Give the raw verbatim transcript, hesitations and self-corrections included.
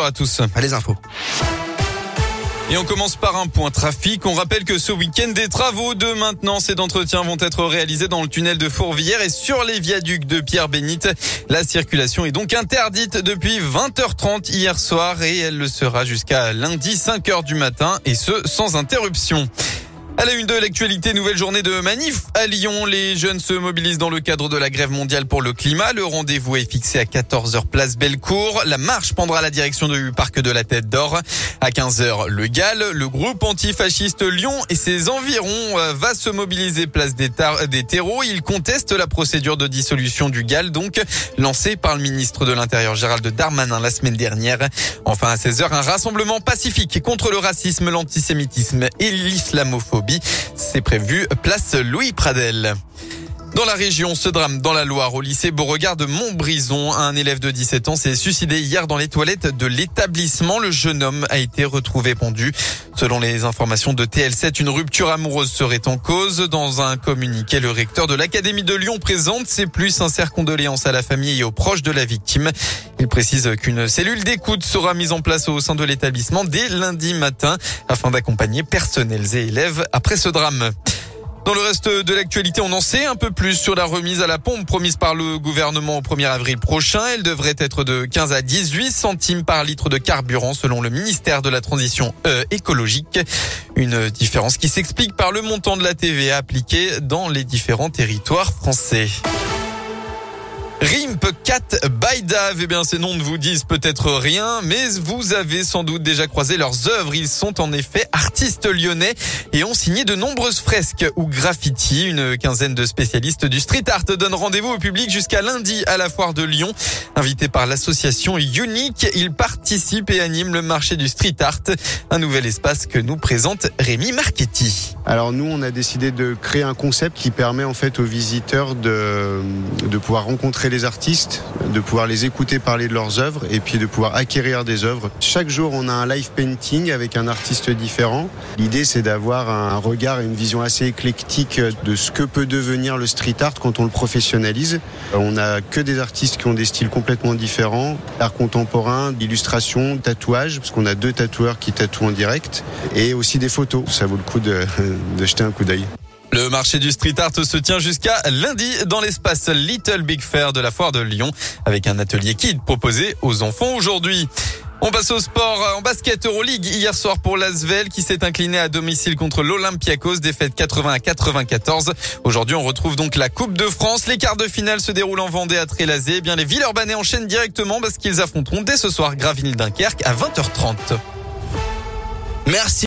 à tous. Les infos. Et on commence par un point trafic. On rappelle que ce week-end, des travaux de maintenance et d'entretien vont être réalisés dans le tunnel de Fourvière et sur les viaducs de Pierre-Bénite. La circulation est donc interdite depuis vingt heures trente hier soir et elle le sera jusqu'à lundi cinq heures du matin et ce, sans interruption. À la une de l'actualité, nouvelle journée de manif à Lyon. Les jeunes se mobilisent dans le cadre de la grève mondiale pour le climat. Le rendez-vous est fixé à quatorze heures place Bellecour. La marche prendra la direction du parc de la Tête d'Or. À quinze heures, le G A L, le groupe antifasciste Lyon et ses environs va se mobiliser place des, tar- des terreaux. Il conteste la procédure de dissolution du G A L, donc lancée par le ministre de l'Intérieur Gérald Darmanin la semaine dernière. Enfin, à seize heures, un rassemblement pacifique contre le racisme, l'antisémitisme et l'islamophobie. C'est prévu place Louis Pradel. Dans la région, ce drame dans la Loire, au lycée Beauregard de Montbrison. Un élève de dix-sept ans s'est suicidé hier dans les toilettes de l'établissement. Le jeune homme a été retrouvé pendu. Selon les informations de T L sept, une rupture amoureuse serait en cause. Dans un communiqué, le recteur de l'Académie de Lyon présente ses plus sincères condoléances à la famille et aux proches de la victime. Il précise qu'une cellule d'écoute sera mise en place au sein de l'établissement dès lundi matin afin d'accompagner personnels et élèves après ce drame. Dans le reste de l'actualité, on en sait un peu plus sur la remise à la pompe promise par le gouvernement au premier avril prochain. Elle devrait être de quinze à dix-huit centimes par litre de carburant selon le ministère de la Transition euh, écologique. Une différence qui s'explique par le montant de la T V A appliquée dans les différents territoires français. Rimp, Cat, Baïdave, eh bien ces noms ne vous disent peut-être rien, mais vous avez sans doute déjà croisé leurs œuvres. Ils sont en effet artistes lyonnais et ont signé de nombreuses fresques ou graffitis. Une quinzaine de spécialistes du street art donnent rendez-vous au public jusqu'à lundi à la foire de Lyon. Invités par l'association Unique, ils participent et animent le marché du street art, un nouvel espace que nous présente Rémi Marchetti. Alors nous, on a décidé de créer un concept qui permet en fait aux visiteurs de, de pouvoir rencontrer les artistes, de pouvoir les écouter parler de leurs œuvres et puis de pouvoir acquérir des œuvres. Chaque jour, on a un live painting avec un artiste différent. L'idée, c'est d'avoir un regard et une vision assez éclectique de ce que peut devenir le street art quand on le professionnalise. On n'a que des artistes qui ont des styles complètement différents, art contemporain, illustration, tatouage, parce qu'on a deux tatoueurs qui tatouent en direct, et aussi des photos. Ça vaut le coup de, de jeter un coup d'œil. Le marché du street art se tient jusqu'à lundi dans l'espace Little Big Fair de la foire de Lyon avec un atelier kid proposé aux enfants aujourd'hui. On passe au sport en basket Euroleague hier soir pour l'Asvel qui s'est incliné à domicile contre l'Olympiakos, défaite quatre-vingts à quatre-vingt-quatorze. Aujourd'hui, on retrouve donc la Coupe de France. Les quarts de finale se déroulent en Vendée à Trélazé. Eh bien, les Villeurbanais enchaînent directement parce qu'ils affronteront dès ce soir Gravelines-Dunkerque à vingt heures trente. Merci.